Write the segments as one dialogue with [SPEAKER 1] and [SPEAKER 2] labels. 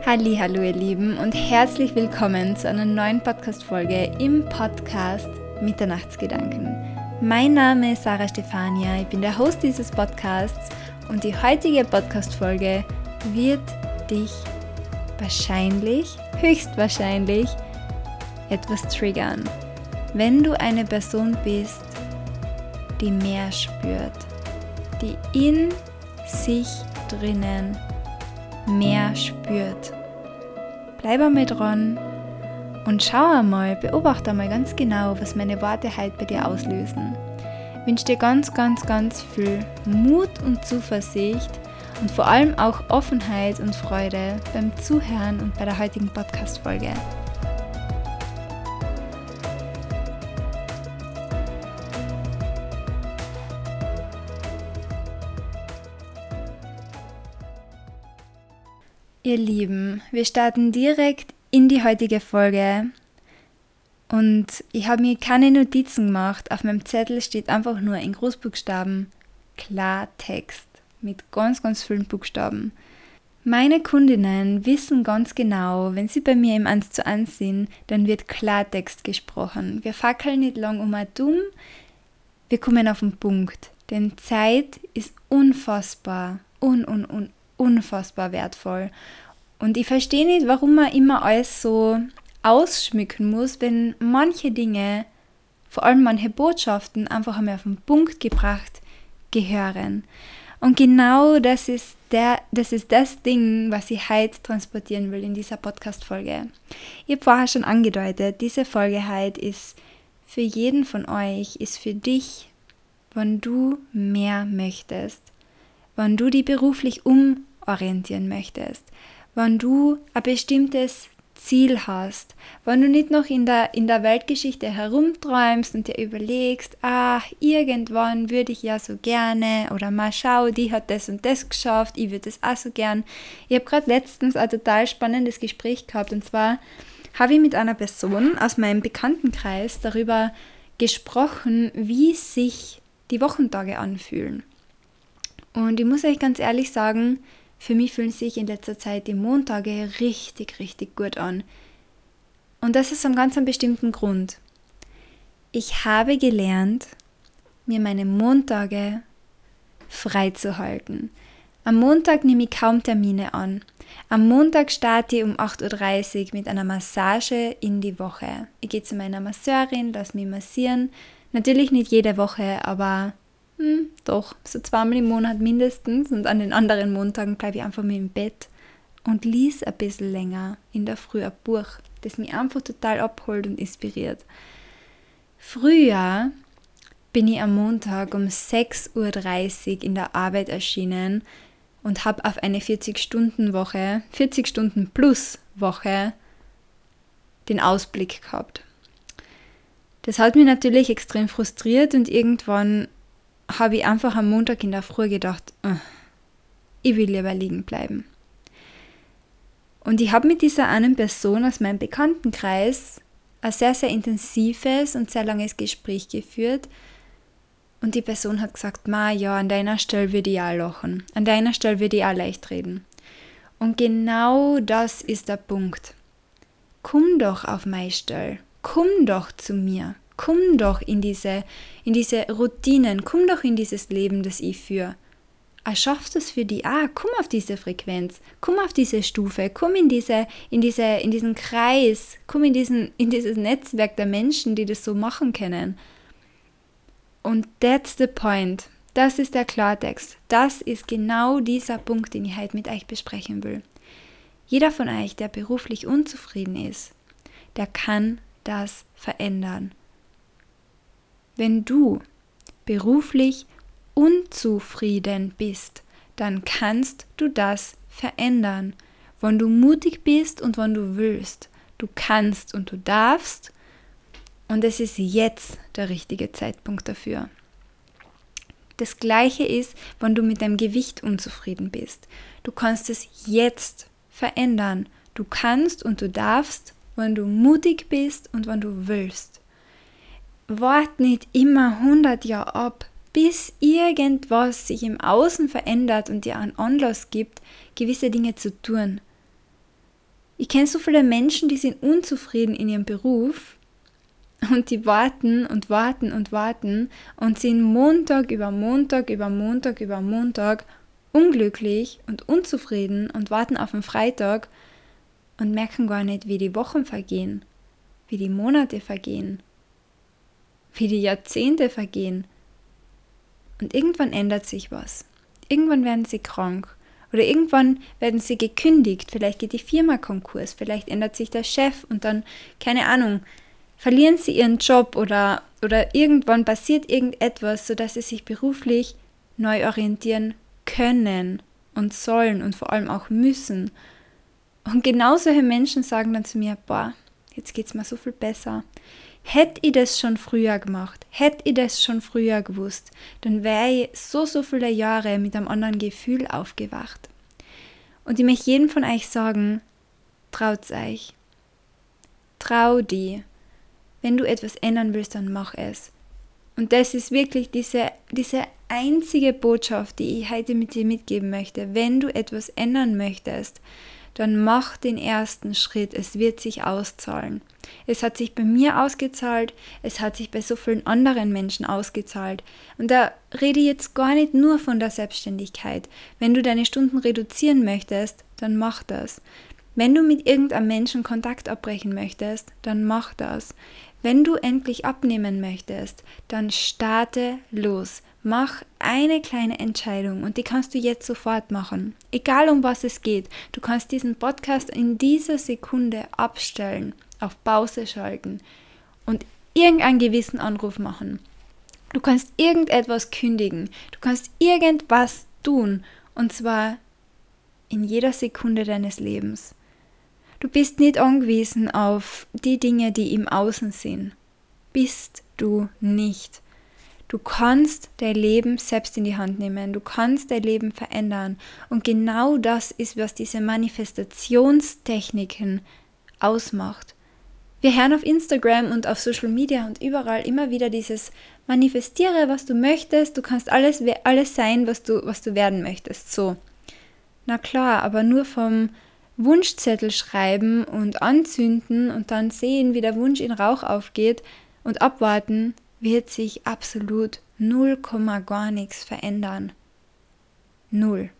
[SPEAKER 1] Hallihallo ihr Lieben und herzlich willkommen zu einer neuen Podcast-Folge im Podcast Mitternachtsgedanken. Mein Name ist Sarah Stefania, ich bin der Host dieses Podcasts und die heutige Podcast-Folge wird dich höchstwahrscheinlich etwas triggern. Wenn du eine Person bist, die mehr spürt, die in sich drinnen mehr spürt. Bleib einmal dran und schau einmal, beobachte einmal ganz genau, was meine Worte heute bei dir auslösen. Ich wünsche dir ganz viel Mut und Zuversicht und vor allem auch Offenheit und Freude beim Zuhören und bei der heutigen Podcast-Folge. Ihr Lieben, wir starten direkt in die heutige Folge und ich habe mir keine Notizen gemacht. Auf meinem Zettel steht einfach nur in Großbuchstaben Klartext mit ganz vielen Buchstaben. Meine Kundinnen wissen ganz genau, wenn sie bei mir im 1:1 sind, dann wird Klartext gesprochen. Wir fackeln nicht lang dumm, wir kommen auf den Punkt. Denn Zeit ist unfassbar, unfassbar wertvoll. Und ich verstehe nicht, warum man immer alles so ausschmücken muss, wenn manche Dinge, vor allem manche Botschaften, einfach einmal auf den Punkt gebracht gehören. Und genau das ist das Ding, was ich heute transportieren will in dieser Podcast-Folge. Ich habe vorher schon angedeutet, diese Folge heute ist für jeden von euch, ist für dich, wenn du mehr möchtest, wenn du dich beruflich umorientieren möchtest, wenn du ein bestimmtes Ziel hast, wenn du nicht noch in der Weltgeschichte herumträumst und dir überlegst, irgendwann würde ich ja so gerne oder mal schau, die hat das und das geschafft, ich würde das auch so gern. Ich habe gerade letztens ein total spannendes Gespräch gehabt und zwar habe ich mit einer Person aus meinem Bekanntenkreis darüber gesprochen, wie sich die Wochentage anfühlen. Und ich muss euch ganz ehrlich sagen, für mich fühlen sich in letzter Zeit die Montage richtig gut an. Und das ist aus einem ganz bestimmten Grund. Ich habe gelernt, mir meine Montage freizuhalten. Am Montag nehme ich kaum Termine an. Am Montag starte ich um 8:30 Uhr mit einer Massage in die Woche. Ich gehe zu meiner Masseurin, lasse mich massieren. Natürlich nicht jede Woche, aber doch, so 2-mal im Monat mindestens, und an den anderen Montagen bleibe ich einfach mit im Bett und lese ein bisschen länger in der Früh ein Buch, das mich einfach total abholt und inspiriert. Früher bin ich am Montag um 6:30 Uhr in der Arbeit erschienen und habe auf eine 40-Stunden-Woche, 40-Stunden-Plus-Woche den Ausblick gehabt. Das hat mich natürlich extrem frustriert und irgendwann habe ich einfach am Montag in der Früh gedacht, ich will lieber liegen bleiben. Und ich habe mit dieser einen Person aus meinem Bekanntenkreis ein sehr intensives und sehr langes Gespräch geführt und die Person hat gesagt, an deiner Stelle würde ich auch lachen, an deiner Stelle würde ich auch leicht reden. Und genau das ist der Punkt. Komm doch auf meine Stelle, komm doch zu mir. Komm doch in diese Routinen, komm doch in dieses Leben, das ich führe. Erschaff das für dich auch, komm auf diese Frequenz, komm auf diese Stufe, komm in diesen Kreis, komm in dieses Netzwerk der Menschen, die das so machen können. Und that's the point. Das ist der Klartext. Das ist genau dieser Punkt, den ich heute mit euch besprechen will. Jeder von euch, der beruflich unzufrieden ist, der kann das verändern. Wenn du beruflich unzufrieden bist, dann kannst du das verändern. Wenn du mutig bist und wenn du willst, du kannst und du darfst, und es ist jetzt der richtige Zeitpunkt dafür. Das Gleiche ist, wenn du mit deinem Gewicht unzufrieden bist. Du kannst es jetzt verändern. Du kannst und du darfst, wenn du mutig bist und wenn du willst. Wart nicht immer 100 Jahre ab, bis irgendwas sich im Außen verändert und dir einen Anlass gibt, gewisse Dinge zu tun. Ich kenne so viele Menschen, die sind unzufrieden in ihrem Beruf und die warten und warten und warten und sind Montag über Montag über Montag über Montag unglücklich und unzufrieden und warten auf den Freitag und merken gar nicht, wie die Wochen vergehen, wie die Monate vergehen, wie die Jahrzehnte vergehen. Und irgendwann ändert sich was. Irgendwann werden sie krank. Oder irgendwann werden sie gekündigt. Vielleicht geht die Firma Konkurs. Vielleicht ändert sich der Chef und dann, keine Ahnung, verlieren sie ihren Job oder irgendwann passiert irgendetwas, sodass sie sich beruflich neu orientieren können und sollen und vor allem auch müssen. Und genau solche Menschen sagen dann zu mir, boah, jetzt geht's mir so viel besser. Hätte ich das schon früher gemacht, hätte ich das schon früher gewusst, dann wäre ich so viele Jahre mit einem anderen Gefühl aufgewacht. Und ich möchte jedem von euch sagen, traut's euch. Trau dich. Wenn du etwas ändern willst, dann mach es. Und das ist wirklich diese einzige Botschaft, die ich heute mit dir mitgeben möchte. Wenn du etwas ändern möchtest, dann mach den ersten Schritt. Es wird sich auszahlen. Es hat sich bei mir ausgezahlt, es hat sich bei so vielen anderen Menschen ausgezahlt. Und da rede ich jetzt gar nicht nur von der Selbstständigkeit. Wenn du deine Stunden reduzieren möchtest, dann mach das. Wenn du mit irgendeinem Menschen Kontakt abbrechen möchtest, dann mach das. Wenn du endlich abnehmen möchtest, dann starte los. Mach eine kleine Entscheidung und die kannst du jetzt sofort machen. Egal um was es geht, du kannst diesen Podcast in dieser Sekunde abstellen, auf Pause schalten und irgendeinen gewissen Anruf machen. Du kannst irgendetwas kündigen, du kannst irgendwas tun und zwar in jeder Sekunde deines Lebens. Du bist nicht angewiesen auf die Dinge, die im Außen sind. Bist du nicht. Du kannst dein Leben selbst in die Hand nehmen. Du kannst dein Leben verändern. Und genau das ist, was diese Manifestationstechniken ausmacht. Wir hören auf Instagram und auf Social Media und überall immer wieder dieses Manifestiere, was du möchtest. Du kannst alles sein, was du werden möchtest. So. Na klar, aber nur vom Wunschzettel schreiben und anzünden und dann sehen, wie der Wunsch in Rauch aufgeht und abwarten, wird sich absolut 0, gar nichts verändern. 0.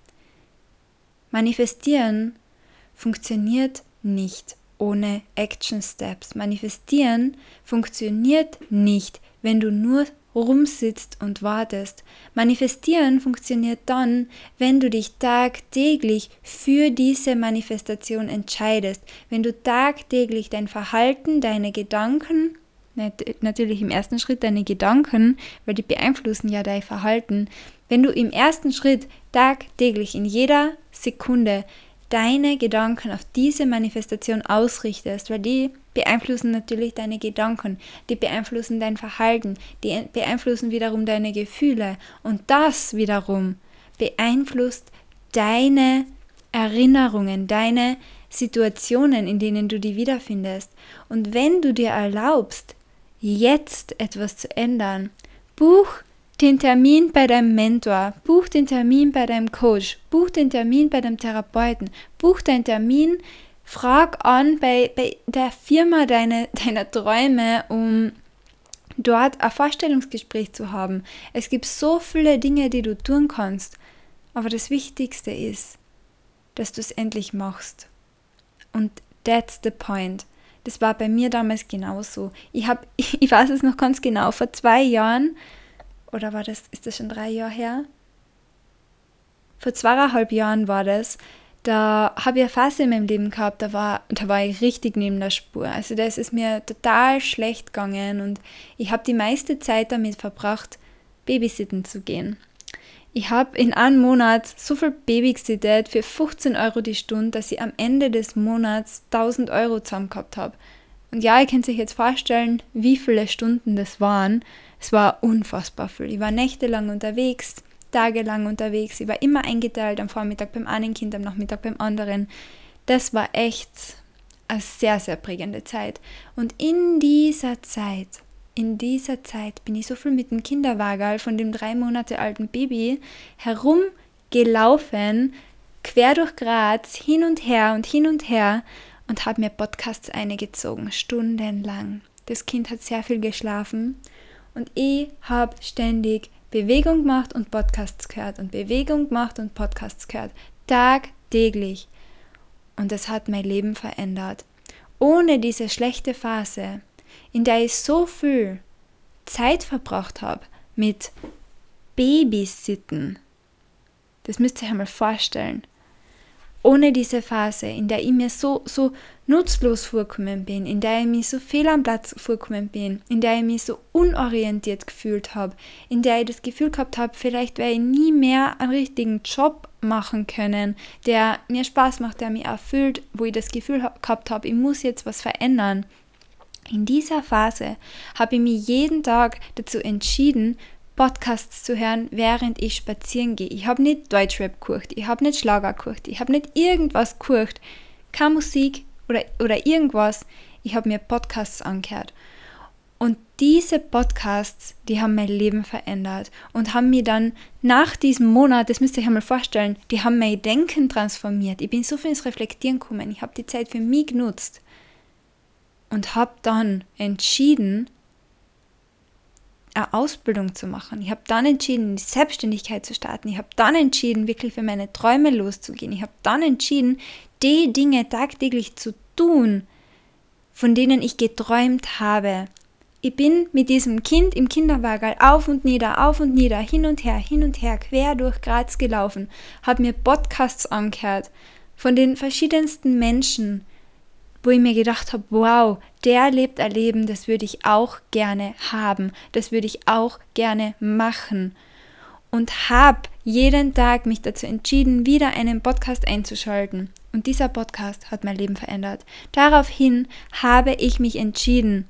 [SPEAKER 1] Manifestieren funktioniert nicht ohne Action Steps. Manifestieren funktioniert nicht, wenn du nur rumsitzt und wartest. Manifestieren funktioniert dann, wenn du dich tagtäglich für diese Manifestation entscheidest, wenn du tagtäglich dein Verhalten, deine Gedanken, natürlich im ersten Schritt deine Gedanken, weil die beeinflussen ja dein Verhalten, wenn du im ersten Schritt tagtäglich in jeder Sekunde deine Gedanken auf diese Manifestation ausrichtest, weil die beeinflussen natürlich deine Gedanken, die beeinflussen dein Verhalten, die beeinflussen wiederum deine Gefühle und das wiederum beeinflusst deine Erinnerungen, deine Situationen, in denen du dich wiederfindest. Und wenn du dir erlaubst, jetzt etwas zu ändern, buch den Termin bei deinem Mentor, buch den Termin bei deinem Coach, buch den Termin bei deinem Therapeuten, buch den Termin, frag an bei der Firma deiner Träume, um dort ein Vorstellungsgespräch zu haben. Es gibt so viele Dinge, die du tun kannst, aber das Wichtigste ist, dass du es endlich machst. Und that's the point. Das war bei mir damals genauso. Ich weiß es noch ganz genau, vor 2 Jahren, oder ist das schon 3 Jahre her? Vor 2,5 Jahren war das, da habe ich eine Phase in meinem Leben gehabt, da war ich richtig neben der Spur. Also da ist es mir total schlecht gegangen und ich habe die meiste Zeit damit verbracht, babysitten zu gehen. Ich habe in einem Monat so viel babysittet für 15 Euro die Stunde, dass ich am Ende des Monats 1.000 Euro zusammen gehabt habe. Und ja, ihr könnt euch jetzt vorstellen, wie viele Stunden das waren. Es war unfassbar viel. Ich war nächtelang unterwegs, tagelang unterwegs. Ich war immer eingeteilt, am Vormittag beim einen Kind, am Nachmittag beim anderen. Das war echt eine sehr, sehr prägende Zeit. Und in dieser Zeit bin ich so viel mit dem Kinderwagen von dem 3 Monate alten Baby herumgelaufen, quer durch Graz, hin und her und habe mir Podcasts eingezogen, stundenlang. Das Kind hat sehr viel geschlafen und ich habe ständig Bewegung gemacht und Podcasts gehört und Bewegung gemacht und Podcasts gehört. Tagtäglich. Und das hat mein Leben verändert. Ohne diese schlechte Phase, in der ich so viel Zeit verbracht habe mit Babysitten, das müsst ihr euch einmal vorstellen, ohne diese Phase, in der ich mir so nutzlos vorgekommen bin, in der ich mich so fehl am Platz vorgekommen bin, in der ich mich so unorientiert gefühlt habe, in der ich das Gefühl gehabt habe, vielleicht werde ich nie mehr einen richtigen Job machen können, der mir Spaß macht, der mich erfüllt, wo ich das Gefühl gehabt habe, ich muss jetzt was verändern. In dieser Phase habe ich mich jeden Tag dazu entschieden, Podcasts zu hören, während ich spazieren gehe. Ich habe nicht Deutschrap gehört, ich habe nicht Schlager gehört, ich habe nicht irgendwas gehört, keine Musik oder irgendwas. Ich habe mir Podcasts angehört. Und diese Podcasts, die haben mein Leben verändert und haben mir dann nach diesem Monat, das müsst ihr euch einmal vorstellen, die haben mein Denken transformiert. Ich bin so viel ins Reflektieren gekommen, ich habe die Zeit für mich genutzt und habe dann entschieden, eine Ausbildung zu machen. Ich habe dann entschieden, die Selbstständigkeit zu starten. Ich habe dann entschieden, wirklich für meine Träume loszugehen. Ich habe dann entschieden, die Dinge tagtäglich zu tun, von denen ich geträumt habe. Ich bin mit diesem Kind im Kinderwagen auf und nieder, hin und her, quer durch Graz gelaufen, habe mir Podcasts angehört von den verschiedensten Menschen, wo ich mir gedacht habe, wow, der lebt ein Leben, das würde ich auch gerne haben, das würde ich auch gerne machen. Und habe jeden Tag mich dazu entschieden, wieder einen Podcast einzuschalten. Und dieser Podcast hat mein Leben verändert. Daraufhin habe ich mich entschieden,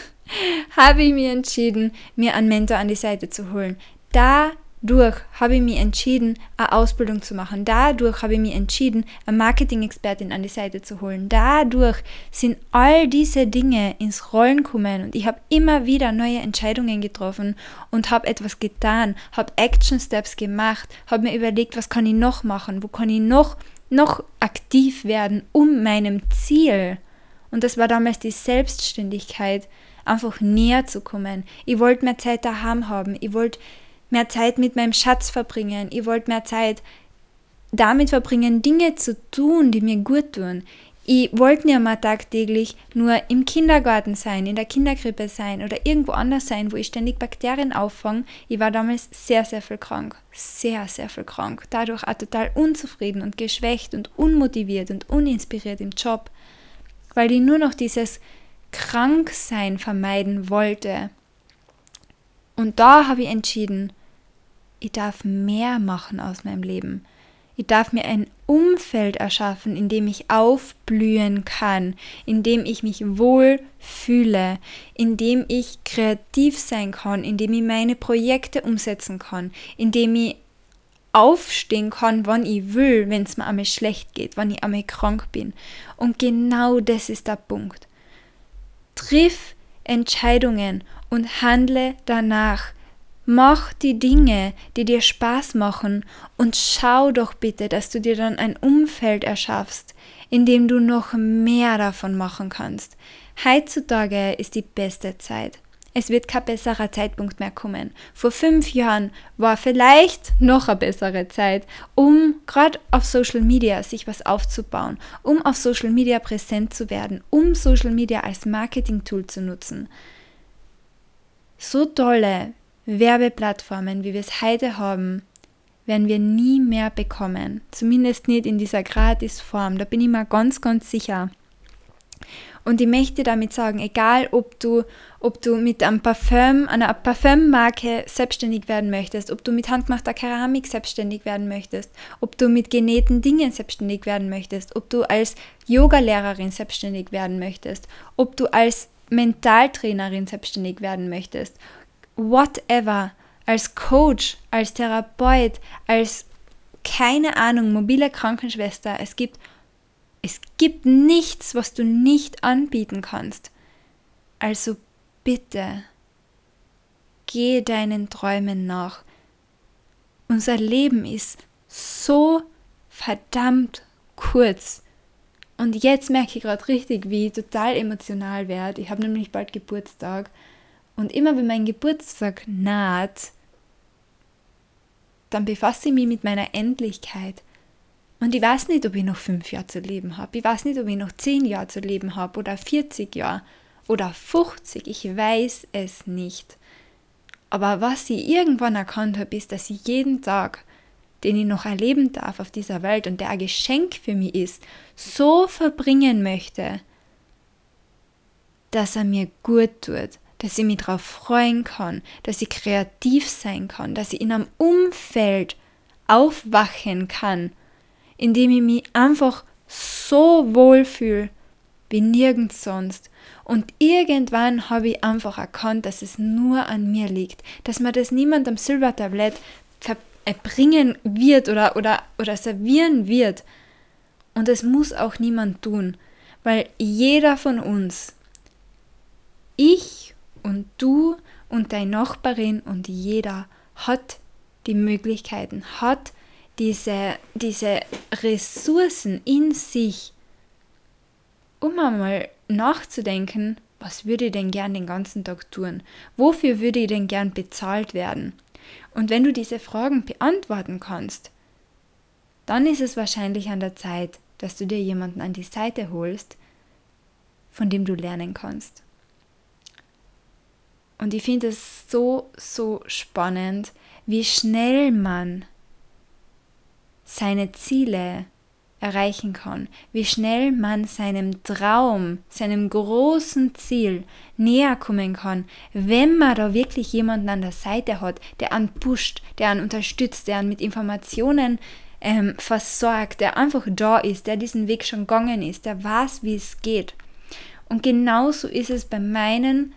[SPEAKER 1] mir einen Mentor an die Seite zu holen. Dadurch habe ich mich entschieden, eine Ausbildung zu machen. Dadurch habe ich mich entschieden, eine Marketing-Expertin an die Seite zu holen. Dadurch sind all diese Dinge ins Rollen gekommen und ich habe immer wieder neue Entscheidungen getroffen und habe etwas getan, habe Action-Steps gemacht, habe mir überlegt, was kann ich noch machen, wo kann ich noch aktiv werden, um meinem Ziel. Und das war damals die Selbstständigkeit, einfach näher zu kommen. Ich wollte mehr Zeit daheim haben, ich wollte mehr Zeit mit meinem Schatz verbringen. Ich wollte mehr Zeit damit verbringen, Dinge zu tun, die mir gut tun. Ich wollte nicht mehr tagtäglich nur im Kindergarten sein, in der Kinderkrippe sein oder irgendwo anders sein, wo ich ständig Bakterien auffange. Ich war damals sehr, sehr viel krank. Sehr, sehr viel krank. Dadurch auch total unzufrieden und geschwächt und unmotiviert und uninspiriert im Job, weil ich nur noch dieses Kranksein vermeiden wollte. Und da habe ich entschieden, ich darf mehr machen aus meinem Leben. Ich darf mir ein Umfeld erschaffen, in dem ich aufblühen kann, in dem ich mich wohl fühle, in dem ich kreativ sein kann, in dem ich meine Projekte umsetzen kann, in dem ich aufstehen kann, wann ich will, wenn es mir einmal schlecht geht, wann ich einmal krank bin. Und genau das ist der Punkt. Triff Entscheidungen und handle danach. Mach die Dinge, die dir Spaß machen und schau doch bitte, dass du dir dann ein Umfeld erschaffst, in dem du noch mehr davon machen kannst. Heutzutage ist die beste Zeit. Es wird kein besserer Zeitpunkt mehr kommen. Vor 5 Jahren war vielleicht noch eine bessere Zeit, um gerade auf Social Media sich was aufzubauen, um auf Social Media präsent zu werden, um Social Media als Marketing-Tool zu nutzen. So tolle Werbeplattformen, wie wir es heute haben, werden wir nie mehr bekommen. Zumindest nicht in dieser Gratisform. Da bin ich mir ganz, ganz sicher. Und ich möchte damit sagen, egal ob du mit einem einer Parfümmarke selbstständig werden möchtest, ob du mit handgemachter Keramik selbstständig werden möchtest, ob du mit genähten Dingen selbstständig werden möchtest, ob du als Yogalehrerin selbstständig werden möchtest, ob du als Mentaltrainerin selbstständig werden möchtest, whatever, als Coach, als Therapeut, als, keine Ahnung, mobile Krankenschwester, es gibt nichts, was du nicht anbieten kannst. Also bitte, geh deinen Träumen nach. Unser Leben ist so verdammt kurz. Und jetzt merke ich gerade richtig, wie ich total emotional werde. Ich habe nämlich bald Geburtstag. Und immer wenn mein Geburtstag naht, dann befasse ich mich mit meiner Endlichkeit. Und ich weiß nicht, ob ich noch 5 Jahre zu leben habe. Ich weiß nicht, ob ich noch 10 Jahre zu leben habe oder 40 Jahre oder 50. Ich weiß es nicht. Aber was ich irgendwann erkannt habe, ist, dass ich jeden Tag, den ich noch erleben darf auf dieser Welt und der ein Geschenk für mich ist, so verbringen möchte, dass er mir gut tut, dass ich mich darauf freuen kann, dass ich kreativ sein kann, dass ich in einem Umfeld aufwachen kann, in dem ich mich einfach so wohlfühle wie nirgends sonst. Und irgendwann habe ich einfach erkannt, dass es nur an mir liegt, dass mir das niemand am Silbertablett bringen wird oder servieren wird. Und es muss auch niemand tun, weil jeder von uns, ich und du und deine Nachbarin und jeder hat die Möglichkeiten, hat diese Ressourcen in sich, um einmal nachzudenken, was würde ich denn gern den ganzen Tag tun? Wofür würde ich denn gern bezahlt werden? Und wenn du diese Fragen beantworten kannst, dann ist es wahrscheinlich an der Zeit, dass du dir jemanden an die Seite holst, von dem du lernen kannst. Und ich finde es so, so spannend, wie schnell man seine Ziele erreichen kann, wie schnell man seinem Traum, seinem großen Ziel näher kommen kann, wenn man da wirklich jemanden an der Seite hat, der einen pusht, der einen unterstützt, der einen mit Informationen versorgt, der einfach da ist, der diesen Weg schon gegangen ist, der weiß, wie es geht. Und genauso ist es bei meinen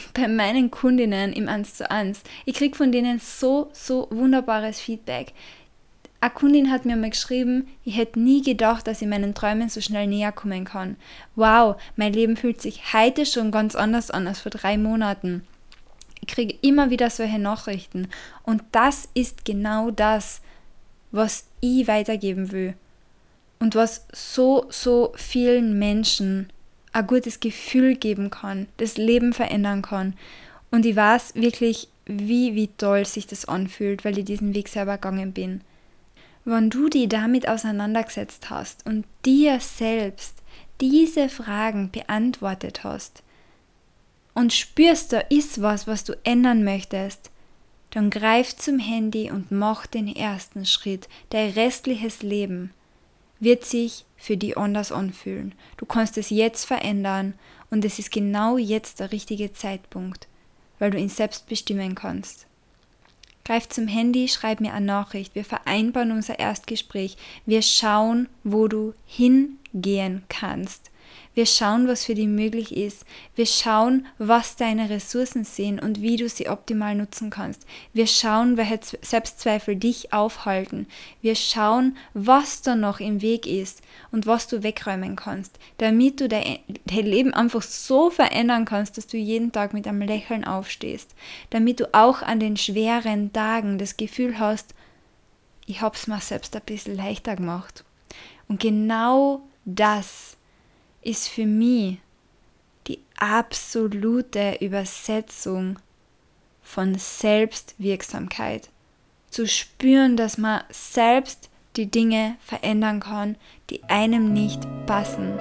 [SPEAKER 1] Kundinnen im 1:1. Ich kriege von denen so, so wunderbares Feedback. Eine Kundin hat mir mal geschrieben, ich hätte nie gedacht, dass ich meinen Träumen so schnell näher kommen kann. Wow, mein Leben fühlt sich heute schon ganz anders an als vor 3 Monaten. Ich kriege immer wieder solche Nachrichten. Und das ist genau das, was ich weitergeben will. Und was so, so vielen Menschen ein gutes Gefühl geben kann, das Leben verändern kann. Und ich weiß wirklich, wie toll sich das anfühlt, weil ich diesen Weg selber gegangen bin. Wenn du dich damit auseinandergesetzt hast und dir selbst diese Fragen beantwortet hast und spürst, da ist was du ändern möchtest, dann greif zum Handy und mach den ersten Schritt. Dein restliches Leben wird sich für dich anders anfühlen. Du kannst es jetzt verändern und es ist genau jetzt der richtige Zeitpunkt, weil du ihn selbst bestimmen kannst. Greif zum Handy, schreib mir eine Nachricht, wir vereinbaren unser Erstgespräch, wir schauen, wo du hingehen kannst. Wir schauen, was für dich möglich ist. Wir schauen, was deine Ressourcen sind und wie du sie optimal nutzen kannst. Wir schauen, welche Selbstzweifel dich aufhalten. Wir schauen, was da noch im Weg ist und was du wegräumen kannst, damit du dein Leben einfach so verändern kannst, dass du jeden Tag mit einem Lächeln aufstehst. Damit du auch an den schweren Tagen das Gefühl hast, ich habe es mir selbst ein bisschen leichter gemacht. Und genau das ist für mich die absolute Übersetzung von Selbstwirksamkeit. Zu spüren, dass man selbst die Dinge verändern kann, die einem nicht passen.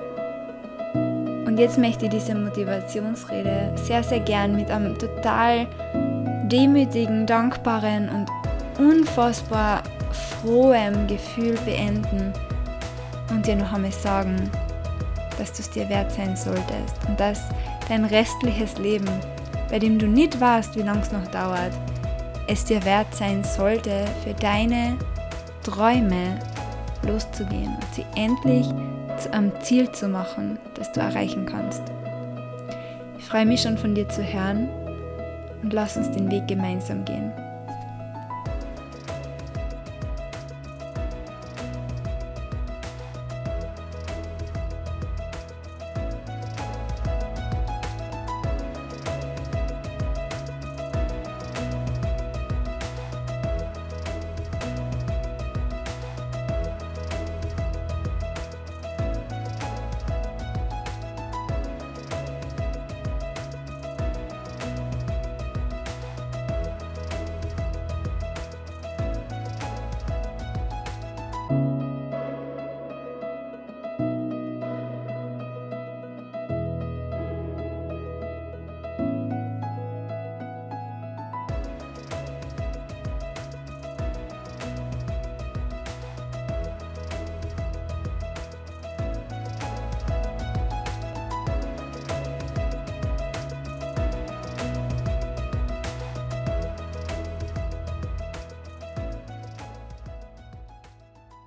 [SPEAKER 1] Und jetzt möchte ich diese Motivationsrede sehr, sehr gern mit einem total demütigen, dankbaren und unfassbar frohem Gefühl beenden und dir noch einmal sagen, dass du es dir wert sein solltest und dass dein restliches Leben, bei dem du nicht weißt, wie lange es noch dauert, es dir wert sein sollte, für deine Träume loszugehen und sie endlich zu einem Ziel zu machen, das du erreichen kannst. Ich freue mich schon von dir zu hören und lass uns den Weg gemeinsam gehen.